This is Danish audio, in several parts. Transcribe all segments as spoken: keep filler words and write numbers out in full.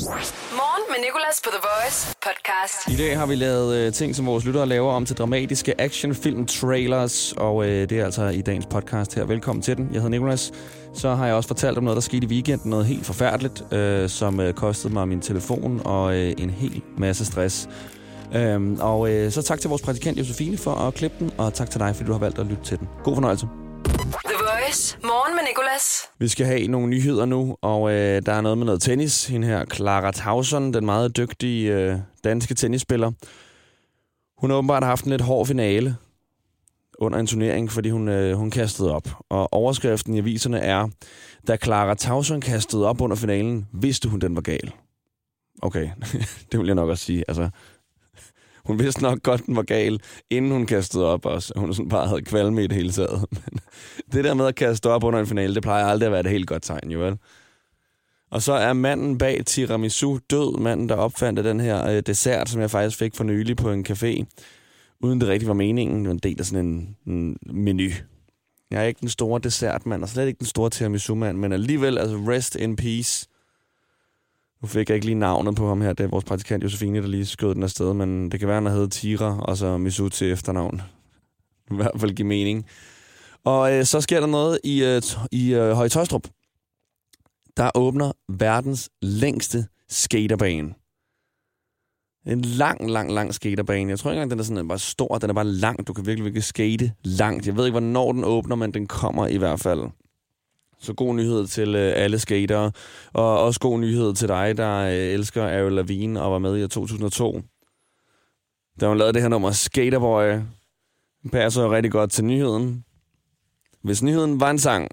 Morgen med Nicolas på The Voice podcast. I dag har vi lavet øh, ting, som vores lyttere laver om til dramatiske actionfilm-trailers, og øh, det er altså i dagens podcast her. Velkommen til den. Jeg hedder Nicolas. Så har jeg også fortalt om noget, der skete i weekenden. Noget helt forfærdeligt, øh, som øh, kostede mig min telefon og øh, en hel masse stress. Øhm, og øh, så tak til vores praktikant Josefine for at klippe den, og tak til dig, fordi du har valgt at lytte til den. God fornøjelse. The Voice. Morgen med Nicolas. Vi skal have nogle nyheder nu, og øh, der er noget med noget tennis. Hende her, Clara Tauson, den meget dygtige øh, danske tennisspiller. Hun har åbenbart haft en lidt hård finale under en turnering, fordi hun, øh, hun kastede op. Og overskriften i aviserne er, da Clara Tauson kastede op under finalen, vidste hun, den var gal. Okay, det vil jeg nok også sige. Altså, hun vidste nok godt, den var gal, inden hun kastede op også. Hun sådan bare havde kvalme i det hele taget. Men det der med at kaste op under en finale, det plejer aldrig at være et helt godt tegn, jo vel? Og så er manden bag tiramisu død. Manden, der opfandt den her øh, dessert, som jeg faktisk fik for nylig på en café. Uden det rigtig var meningen. Det var en del af sådan en, en menu. Jeg er ikke den store dessertmand, og slet ikke den store tiramisu-mand, men alligevel, altså rest in peace. Nu fik jeg ikke lige navnet på ham her. Det er vores praktikant Josefine, der lige skød den afsted, men det kan være, han hedder Tira, og så Misu til efternavn. I hvert fald give mening. Og øh, så sker der noget i, øh, i øh, Høje Taastrup. Der åbner verdens længste skaterbane. En lang, lang, lang skaterbane. Jeg tror ikke engang, den er sådan bare stor. Den er bare lang. Du kan virkelig, virkelig skate langt. Jeg ved ikke, hvornår den åbner, men den kommer i hvert fald. Så god nyhed til øh, alle skatere, og også god nyhed til dig, der øh, elsker Avril Lavigne og var med i to tusind og to. Da hun lavede det her nummer Skaterboy, passer jo rigtig godt til nyheden. Hvis nyheden var en sang,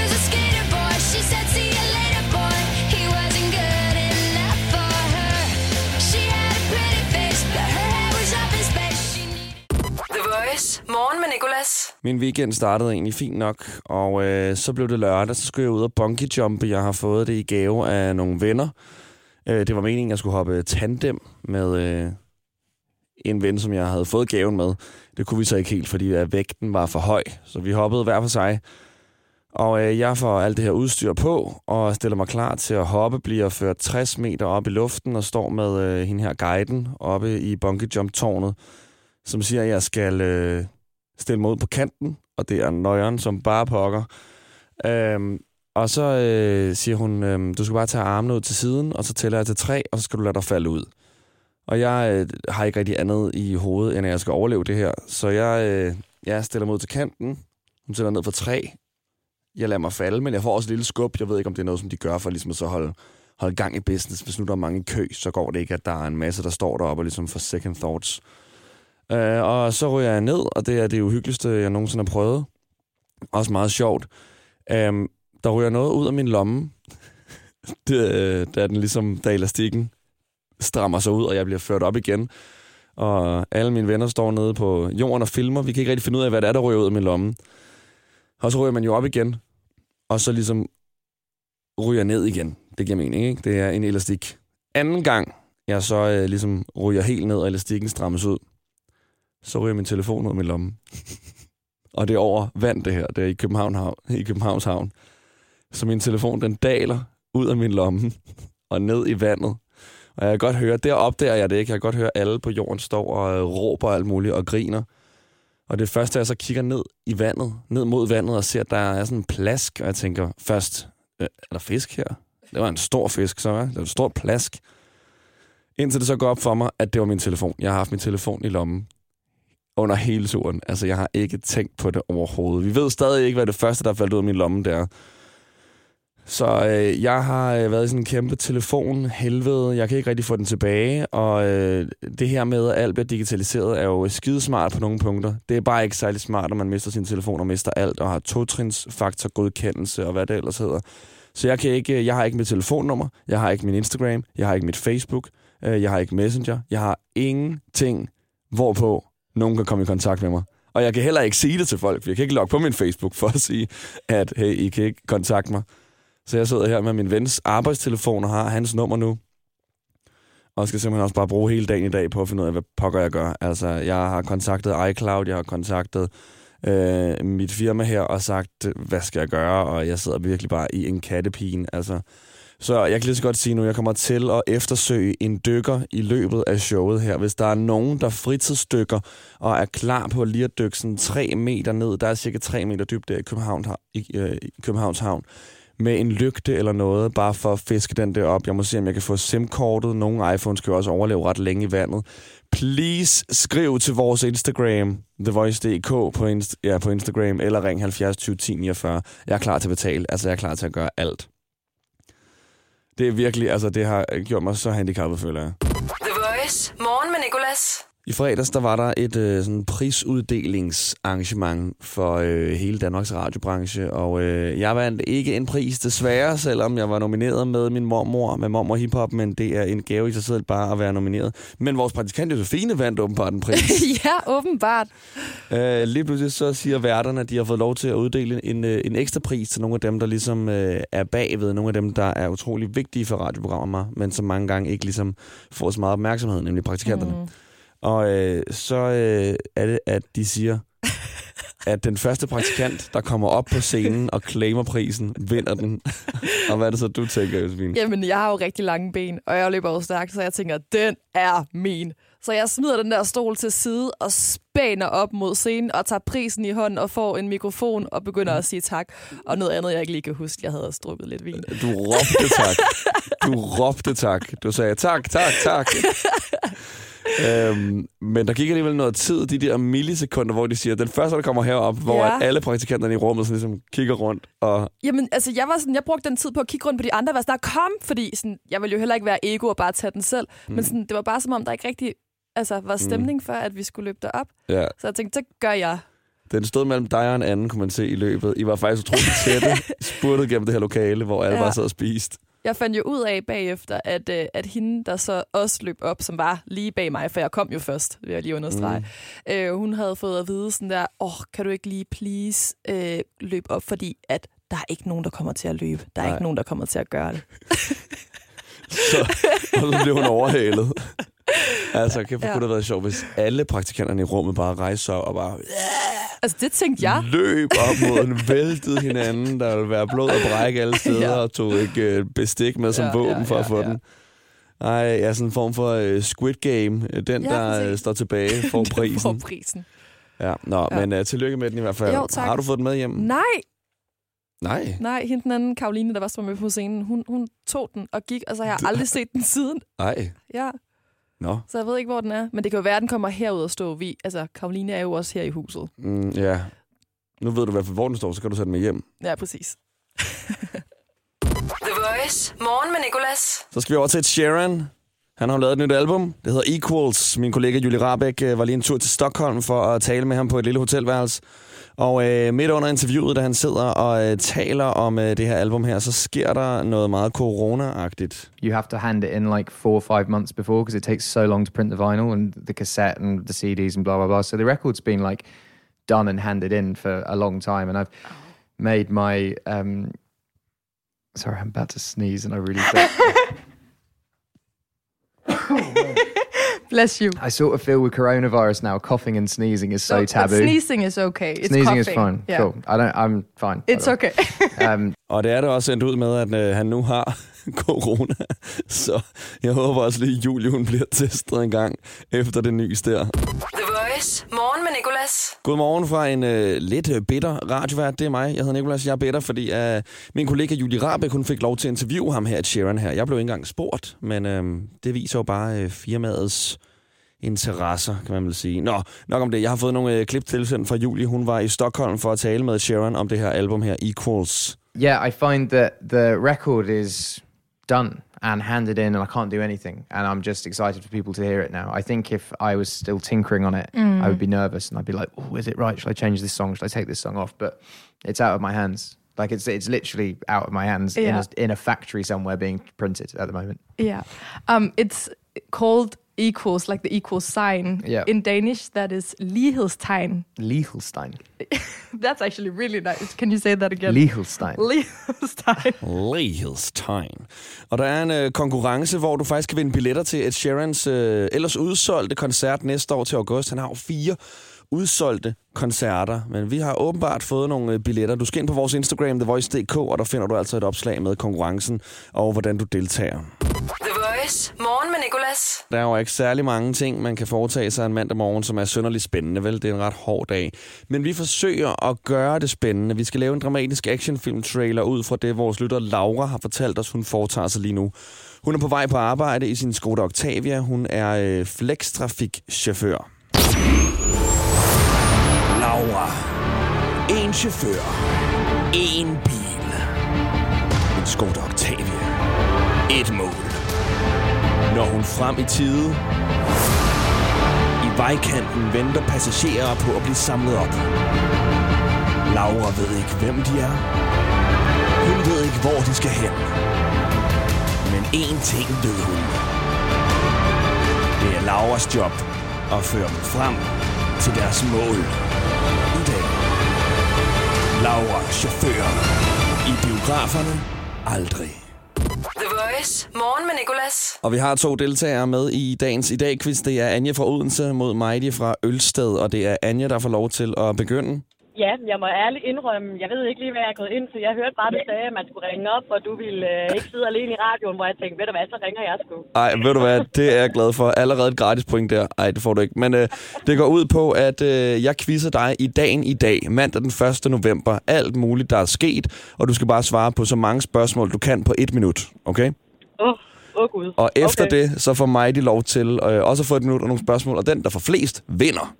Morgen med Nicolas. Min weekend startede egentlig fint nok, og øh, så blev det lørdag, så skulle jeg ud og bungee-jumpe. Jeg har fået det i gave af nogle venner. Øh, det var meningen, at jeg skulle hoppe tandem med øh, en ven, som jeg havde fået gaven med. Det kunne vi så ikke helt, fordi at vægten var for høj, så vi hoppede hver for sig. Og øh, jeg får alt det her udstyr på, og stiller mig klar til at hoppe, bliver ført tres meter op i luften, og står med øh, hende her guiden oppe i bungee-jump-tårnet, som siger, at jeg skal øh, stille mig ud på kanten, og det er nøjeren som bare pokker. Øhm, og så øh, siger hun, øh, du skal bare tage armene ud til siden, og så tæller jeg til tre, og så skal du lade dig falde ud. Og jeg øh, har ikke rigtig andet i hovedet, end at jeg skal overleve det her. Så jeg, øh, jeg stiller mig ud til kanten, hun tæller ned for tre. Jeg lader mig falde, men jeg får også et lille skub. Jeg ved ikke, om det er noget, som de gør for ligesom at så holde, holde gang i business. Hvis nu der er mange i kø, så går det ikke, at der er en masse, der står deroppe og ligesom for second thoughts. Uh, og så ryger jeg ned, og det er det uhyggeligste, jeg nogensinde har prøvet. Også meget sjovt. Um, der ryger noget ud af min lomme, det, da den ligesom, da elastikken strammer sig ud, og jeg bliver ført op igen. Og alle mine venner står nede på jorden og filmer. Vi kan ikke rigtig finde ud af, hvad det er, der ryger ud af min lomme. Og så ryger man jo op igen, og så ligesom ryger ned igen. Det giver mening, ikke? Det er en elastik. Anden gang, jeg så uh, ligesom ryger helt ned, og elastikken strammes ud, så ryger min telefon ud af min lomme. Og det er over vand, det her. Det er i, København, i Københavns Havn. Så min telefon, den daler ud af min lomme og ned i vandet. Og jeg kan godt høre, der opdager jeg det ikke. Jeg kan godt høre, alle på jorden står og råber alt muligt og griner. Og det første, jeg så kigger ned i vandet, ned mod vandet og ser, at der er sådan en plask. Og jeg tænker først, øh, er der fisk her? Det var en stor fisk, så var det var en stor plask. Indtil det så går op for mig, at det var min telefon. Jeg har haft min telefon i lommen under hele turen. Altså, jeg har ikke tænkt på det overhovedet. Vi ved stadig ikke, hvad det første, der faldt ud af min lomme, der. Så øh, jeg har øh, været i sådan en kæmpe telefon-helvede. Jeg kan ikke rigtig få den tilbage. Og øh, det her med, at alt bliver digitaliseret, er jo skidesmart på nogle punkter. Det er bare ikke særlig smart, når man mister sin telefon og mister alt, og har totrinsfaktor-godkendelse og hvad det ellers hedder. Så jeg, kan ikke, jeg har ikke mit telefonnummer, jeg har ikke min Instagram, jeg har ikke mit Facebook, øh, jeg har ikke Messenger. Jeg har ingenting, hvorpå nogen kan komme i kontakt med mig. Og jeg kan heller ikke sige det til folk, for jeg kan ikke logge på min Facebook for at sige, at hey, I kan ikke kontakte mig. Så jeg sidder her med min vens arbejdstelefon og har hans nummer nu. Og skal simpelthen også bare bruge hele dagen i dag på at finde ud af, hvad pokker jeg gør. Altså, jeg har kontaktet iCloud, jeg har kontaktet øh, mit firma her og sagt, hvad skal jeg gøre? Og jeg sidder virkelig bare i en kattepine. Altså, Så jeg kan lige så godt sige nu, at jeg kommer til at eftersøge en dykker i løbet af showet her. Hvis der er nogen, der fritidsdykker og er klar på at lige at dykke sådan tre meter ned, der er cirka tre meter dybt der i, København, i, øh, i Københavns Havn, med en lygte eller noget, bare for at fiske den der op. Jeg må se, om jeg kan få SIM-kortet. Nogle iPhones kan jo også overleve ret længe i vandet. Please skriv til vores Instagram, the voice punktum d k på, inst- ja, på Instagram, eller ring halvfjerds tyve ti niogfyrre. Jeg er klar til at betale. Altså, jeg er klar til at gøre alt. Det er virkelig, altså, det har gjort mig så handicappet, føler jeg. The Voice. Morgen med Nicolas. I fredags, der var der et øh, sådan prisuddelingsarrangement for øh, hele Danmarks radiobranche, og øh, jeg vandt ikke en pris desværre, selvom jeg var nomineret med min mormor, med mormor hiphop, men det er en gave i sig selv bare at være nomineret. Men vores praktikant Josefine vandt åbenbart en pris. Ja, åbenbart. Øh, lige pludselig så siger værterne, at de har fået lov til at uddele en, øh, en ekstra pris til nogle af dem, der ligesom øh, er bagved, nogle af dem, der er utrolig vigtige for radioprogrammer, men som mange gange ikke ligesom får så meget opmærksomhed, nemlig praktikanterne. Mm. Og øh, så øh, er det, at de siger, at den første praktikant, der kommer op på scenen og claimer prisen, vinder den. Og hvad er det så, du tænker, Josefine? Jamen, jeg har jo rigtig lange ben, og jeg løber jo stærkt, så jeg tænker, den er min. Så jeg smider den der stol til side og spænder op mod scenen og tager prisen i hånden og får en mikrofon og begynder at sige tak. Og noget andet, jeg ikke lige kan huske, jeg havde strukket lidt vin. Du råbte tak. Du råbte tak. Du sagde tak, tak, tak. Øhm, men der gik alligevel noget tid, de der millisekunder, hvor de siger, den første, der kommer herop, hvor ja. at alle praktikanterne i rummet så ligesom kigger rundt. Og Jamen, altså, jeg var sådan, jeg brugte den tid på at kigge rundt på de andre, og var sådan, kom, fordi sådan, jeg ville jo heller ikke være ego og bare tage den selv. Mm. Men sådan, det var bare som om, der ikke rigtig altså, var stemning mm. for, at vi skulle løbe derop. Ja. Så jeg tænkte, så gør jeg. Den stod mellem dig og en anden, kunne man se i løbet. I var faktisk utroligt tætte, spurtede gennem det her lokale, hvor alle ja. bare sad og spiste. Jeg fandt jo ud af bagefter, at, øh, at hende, der så også løb op, som var lige bag mig, for jeg kom jo først, vil jeg lige understrege, mm. øh, hun havde fået at vide sådan der, åh, oh, kan du ikke lige please øh, løbe op, fordi at der er ikke nogen, der kommer til at løbe. Der er Nej. ikke nogen, der kommer til at gøre det. så, og så blev hun overhalet. Altså, kan ja. det have været sjovt, hvis alle praktikanterne i rummet bare rejste sig og bare... Altså, det tænkte jeg. Løb op mod en væltede hinanden, der ville være blod og bræk alle steder, ja. og tog ikke uh, bestik med som ja, våben ja, for ja, at få ja. den. Ej, ja, sådan en form for uh, Squid Game. Den, ja, der uh, står tilbage, får prisen. får prisen. Ja, nå, ja. men uh, tillykke med den i hvert fald. Jo, tak. Har du fået den med hjem? Nej. Nej? Nej, hende den anden, Karoline, der var så med på scenen, hun, hun tog den og gik, og så har jeg aldrig set den siden. Nej. Ja. Nå. Så jeg ved ikke, hvor den er. Men det kan jo være, at den kommer herud og stå. Vi, altså, Karoline er jo også her i huset. Mm, ja. Nu ved du i hvert fald, hvor den står, så kan du sætte den med hjem. Ja, præcis. The Voice. Morgen med Nicolas. Så skal vi over til et Sheeran. Han har lavet et nyt album. Det hedder Equals. Min kollega Julie Rahbek var lige en tur til Stockholm for at tale med ham på et lille hotelværelse. Og øh, midt under interviewet, da han sidder og øh, taler om øh, det her album her, så sker der noget meget corona-agtigt. You have to hand it in like four or five months before because it takes so long to print the vinyl and the cassette and the C Ds and blah, blah, blah. So the record's been like done and handed in for a long time. And I've made my... Um... Sorry, I'm about to sneeze and I really don't... Bless you. I sort of feel with coronavirus now, coughing and sneezing is so no, taboo. Sneezing is okay. It's sneezing coughing. is fine. Yeah. Cool. I don't. I'm fine. It's okay. um, og det er det også endt ud med, at øh, han nu har corona. Så jeg håber også lige, at Julie hun bliver testet en gang efter det nys der. The Voice. Morgen med Nicolas. Godmorgen fra en øh, lidt bitter radiovært. Det er mig. Jeg hedder Nicolas. Jeg er bitter, fordi øh, min kollega Julie Rahbek hun fik lov til at interviewe ham her at Sheeran her. Jeg blev ikke engang spurgt, men øh, det viser jo bare øh, firmaets interesser, kan man vel sige. Nå, nok om det. Jeg har fået nogle øh, klip tilsendt fra Julie. Hun var i Stockholm for at tale med Sheeran om det her album her, Equals. Yeah, I find that the record is done and handed in and I can't do anything. And I'm just excited for people to hear it now. I think if I was still tinkering on it, mm. I would be nervous and I'd be like, oh, is it right? Should I change this song? Should I take this song off? But it's out of my hands. Like it's it's literally out of my hands yeah. in, a, in a factory somewhere being printed at the moment. Yeah. Um, it's called Equals, like the equal sign. Yeah. In Danish, that is Lighedstegn. Lighedstegn. That's actually really nice. Can you say that again? Lighedstegn. Lighedstegn. Lighedstegn. Og der er en øh, konkurrence, hvor du faktisk kan vinde billetter til Ed Sheerans øh, ellers udsolgte koncert næste år til august. Han har jo fire udsolgte koncerter. Men vi har åbenbart fået nogle billetter. Du skal ind på vores Instagram, the voice punktum d k, og der finder du altså et opslag med konkurrencen og hvordan du deltager. The Voice. Morgen med Nicolas. Der er jo ikke særlig mange ting, man kan foretage sig en mandag morgen, som er synderligt spændende, vel? Det er en ret hård dag. Men vi forsøger at gøre det spændende. Vi skal lave en dramatisk actionfilm-trailer ud fra det, vores lytter Laura har fortalt os, hun foretager sig lige nu. Hun er på vej på arbejde i sin Skoda Octavia. Hun er øh, flextrafikchauffør. Laura. En chauffør. En bil. En Skoda Octavia. Et mål. Når hun frem i tide. I vejkanten venter passagerer på at blive samlet op. Laura ved ikke, hvem de er. Hun ved ikke, hvor de skal hen. Men én ting ved hun. Det er Lauras job at føre dem frem til deres mål. I dag. Laura, chauffør. I biograferne aldrig. The Voice. Morgen med Nicolas. Og vi har to deltagere med i dagens i dag-quiz. Det er Anja fra Odense mod Meidi fra Ølsted. Og det er Anja, der får lov til at begynde. Ja, jeg må ærligt indrømme, jeg ved ikke lige, hvad jeg er gået ind til. Jeg hørte bare, du sagde, at man skulle ringe op, og du ville øh, ikke sidde alene i radioen, hvor jeg tænkte, ved du hvad, så ringer jeg sgu. Ej, ved du hvad, det er jeg glad for. Allerede et gratis point der. Ej, det får du ikke. Men øh, det går ud på, at øh, jeg quizzer dig i dagen i dag, mandag den første november. Alt muligt, der er sket, og du skal bare svare på så mange spørgsmål, du kan på et minut. Okay? Åh, oh, åh oh, gud. Og efter okay. det, så får mig de lov til øh, også at få et minut og nogle spørgsmål, og den, der får flest, vinder.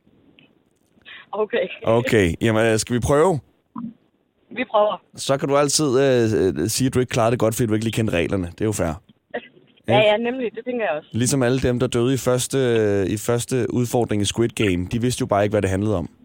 Okay. Okay, jamen skal vi prøve? Vi prøver. Så kan du altid øh, sige, at du ikke klarer det godt, fordi du ikke lige kender reglerne. Det er jo fair. Ja, ja, nemlig. Det tænker jeg også. Ligesom alle dem, der døde i første, øh, i første udfordring i Squid Game. De vidste jo bare ikke, hvad det handlede om.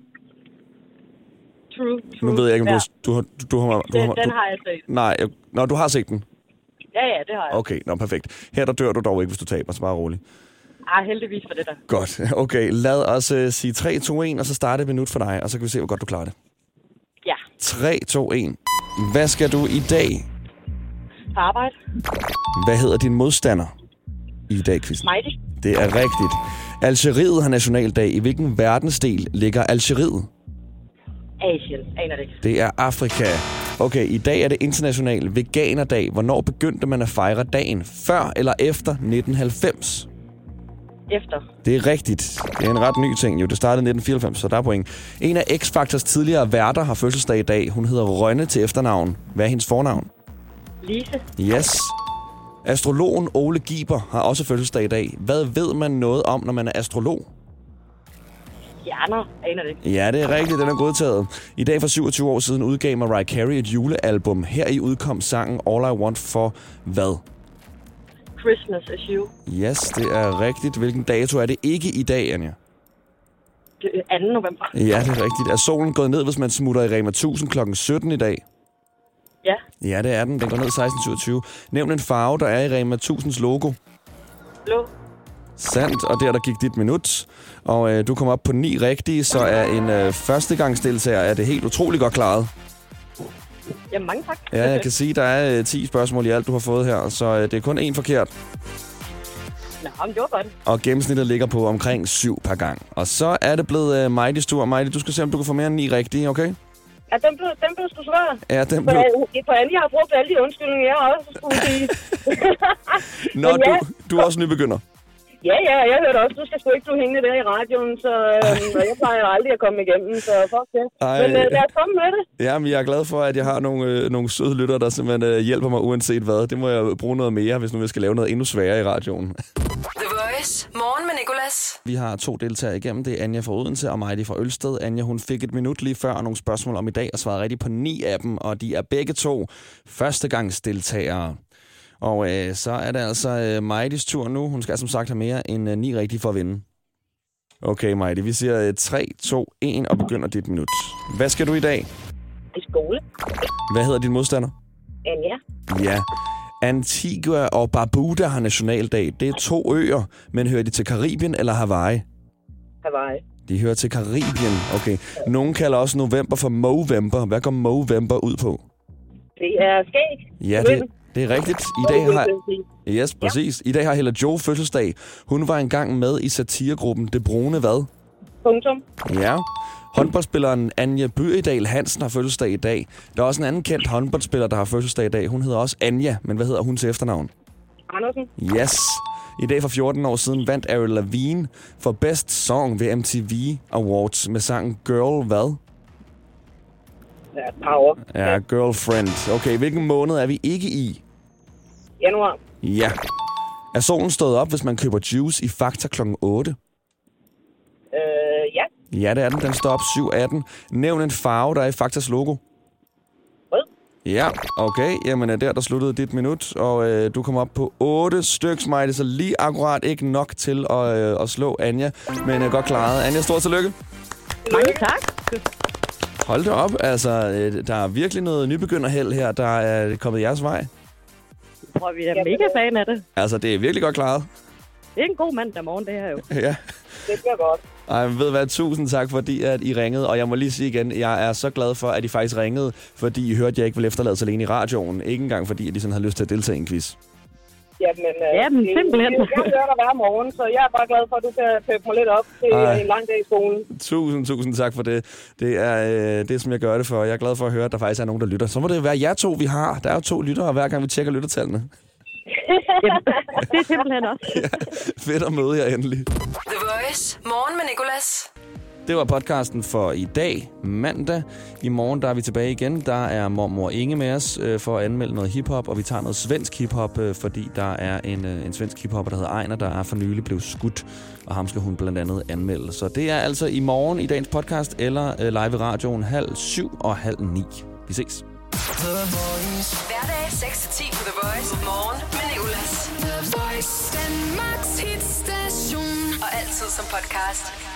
True, true. Nu ved jeg ikke, om ja. du, har... Du, du, har, du, den, har, den du, har jeg set. Nej, jeg, nå, du har set den? Ja, ja, det har jeg. Okay, nå, perfekt. Her der dør du dog ikke, hvis du taber, så bare roligt. Ah, heldigvis for det der. Godt. Okay, lad os uh, sige tre, to, et, og så starte et minut for dig, og så kan vi se, hvor godt du klarer det. Ja. tre, to, et. Hvad skal du i dag? På arbejde. Hvad hedder din modstander i dag, quizzen? Meidi. Det er rigtigt. Algeriet har nationaldag. I hvilken verdensdel ligger Algeriet? Asien. Aner det ikke. Det er Afrika. Okay, i dag er det international veganerdag. Hvornår begyndte man at fejre dagen? Før eller efter nitten halvfems? Efter. Det er rigtigt. Det er en ret ny ting jo. Det startede i nitten fireoghalvfems, så der er point. En af X-Factors tidligere værter har fødselsdag i dag. Hun hedder Rønne til efternavn. Hvad er hendes fornavn? Lise. Yes. Astrologen Ole Giber har også fødselsdag i dag. Hvad ved man noget om, når man er astrolog? Hjerner. Aner det ikke. Ja, det er rigtigt. Den er godtaget. I dag for syvogtyve år siden udgav Mariah Carey et julealbum. Her i udkom sangen All I Want for hvad? Christmas is you. Yes, det er rigtigt. Hvilken dato er det ikke i dag, Anja? Det er anden november. Ja, det er rigtigt. Er solen gået ned, hvis man smutter i Rema tusind klokken sytten i dag? Ja. Ja, det er den. Den går ned seksten syvogtyve. Nævn en farve, der er i Rema tusinds logo. Blå. Sandt, og der der gik dit minut. Og øh, du kom op på ni rigtige, så er en øh, førstegangsdeltager er det helt utroligt godt klaret. Jamen, mange tak. Ja, jeg kan sige, der er øh, ti spørgsmål i alt, du har fået her, så øh, det er kun én forkert. Nå, men det var godt. Og gennemsnittet ligger på omkring syv per gang. Og så er det blevet øh, Meidis tur. Meidi, du skal se, om du kan få mere end ni rigtige, okay? Ja, den blev, den blev sgu svær. Ja, den For, blev... for Andy har brugt alle de undskyldninger, jeg også skulle sige. Nå, Men ja. du, du er også nybegynder. Ja, ja, jeg hørte også, du skal sgu ikke blive hængende der i radioen, så øhm, og jeg plejer aldrig at komme igennem, så fuck det. Ej. Men øh, lad os komme med det. Ja, men jeg er glad for, at jeg har nogle, øh, nogle søde lyttere, der simpelthen øh, hjælper mig uanset hvad. Det må jeg bruge noget mere, hvis nu jeg skal lave noget endnu sværere i radioen. The Voice. Morgen med Nicolas. Vi har to deltagere igennem. Det er Anja fra Odense og Meidi fra Ølsted. Anja, hun fik et minut lige før og nogle spørgsmål om i dag og svarede rigtigt på ni af dem, og de er begge to førstegangsdeltagere. Og øh, så er det altså øh, Meidis tur nu. Hun skal som sagt have mere end øh, ni rigtige for at vinde. Okay, Meidi, vi siger øh, tre, to, et og begynder dit minut. Hvad skal du i dag? I skole. Hvad hedder din modstander? Anja. Ja. Antigua og Barbuda har nationaldag. Det er to øer, men hører de til Karibien eller Hawaii? Hawaii. De hører til Karibien. Okay. Nogen kalder også november for Movember. Hvad går Movember ud på? Det er skæg. Ja, det, det er rigtigt. I dag har... Yes, præcis. I dag har Hella Jo fødselsdag. Hun var engang med i satiregruppen Det Brune Hvad? Punktum. Ja. Håndboldspilleren Anja Bøgedal Hansen har fødselsdag i dag. Der er også en anden kendt håndboldspiller, der har fødselsdag i dag. Hun hedder også Anja, men hvad hedder hun til efternavn? Andersen. Yes. I dag for fjorten år siden vandt Avril Lavigne for Best Song ved M T V Awards med sangen Girl hvad? Ja, et par år. Ja, Girlfriend. Okay, hvilken måned er vi ikke i? Januar. Ja. Er solen stået op, hvis man køber juice i Fakta klokken otte? Øh, ja. Ja, det er den. Den står op syv atten. Nævn en farve, der er i Faktas logo. Rød. Ja, okay. Jamen, der der sluttede dit minut, og øh, du kom op på otte stykker, Smiley, så lige akkurat ikke nok til at, øh, at slå Anja, men øh, godt klaret. Anja, stort tillykke. Mange tak. Hold det op. Altså, øh, der er virkelig noget nybegynderheld her, der er kommet jeres vej. Jeg tror, vi er mega fan af det. Altså, det er virkelig godt klaret. Det er en god mandag morgen, det her jo. Ja. Det bliver godt. Ej, ved du hvad, tusind tak, fordi at I ringede. Og jeg må lige sige igen, jeg er så glad for, at I faktisk ringede, fordi I hørte, at jeg ikke ville efterlades alene i radioen. Ikke engang fordi, at I sådan havde lyst til at deltage i en quiz. Jamen, øh, Jamen simpelthen. Jeg hører dig hver morgen, så jeg er bare glad for, at du kan peppe mig lidt op til Ej. en lang dag i skolen. Tusind, tusind tak for det. Det er øh, det, som jeg gør det for. Jeg er glad for at høre, at der faktisk er nogen, der lytter. Så må det være jer to, vi har. Der er jo to lyttere, hver gang vi tjekker lyttertallene. Jamen, det er simpelthen også. Ja, fedt at møde jer endelig. The Voice. Morgen med Nicolas. Det var podcasten for i dag, mandag. I morgen der er vi tilbage igen. Der er mormor Inge med os øh, for at anmelde noget hiphop, og vi tager noget svensk hiphop, øh, fordi der er en, øh, en svensk hiphopper, der hedder Ejner, der er for nylig blevet skudt, og ham skal hun blandt andet anmelde. Så det er altså i morgen i dagens podcast, eller øh, live i radioen halv syv og halv ni. Vi ses. Hverdag seks til ti på The Voice. Morgen med Nicolas. The Voice. Danmarks hitstation. Og altid som podcast.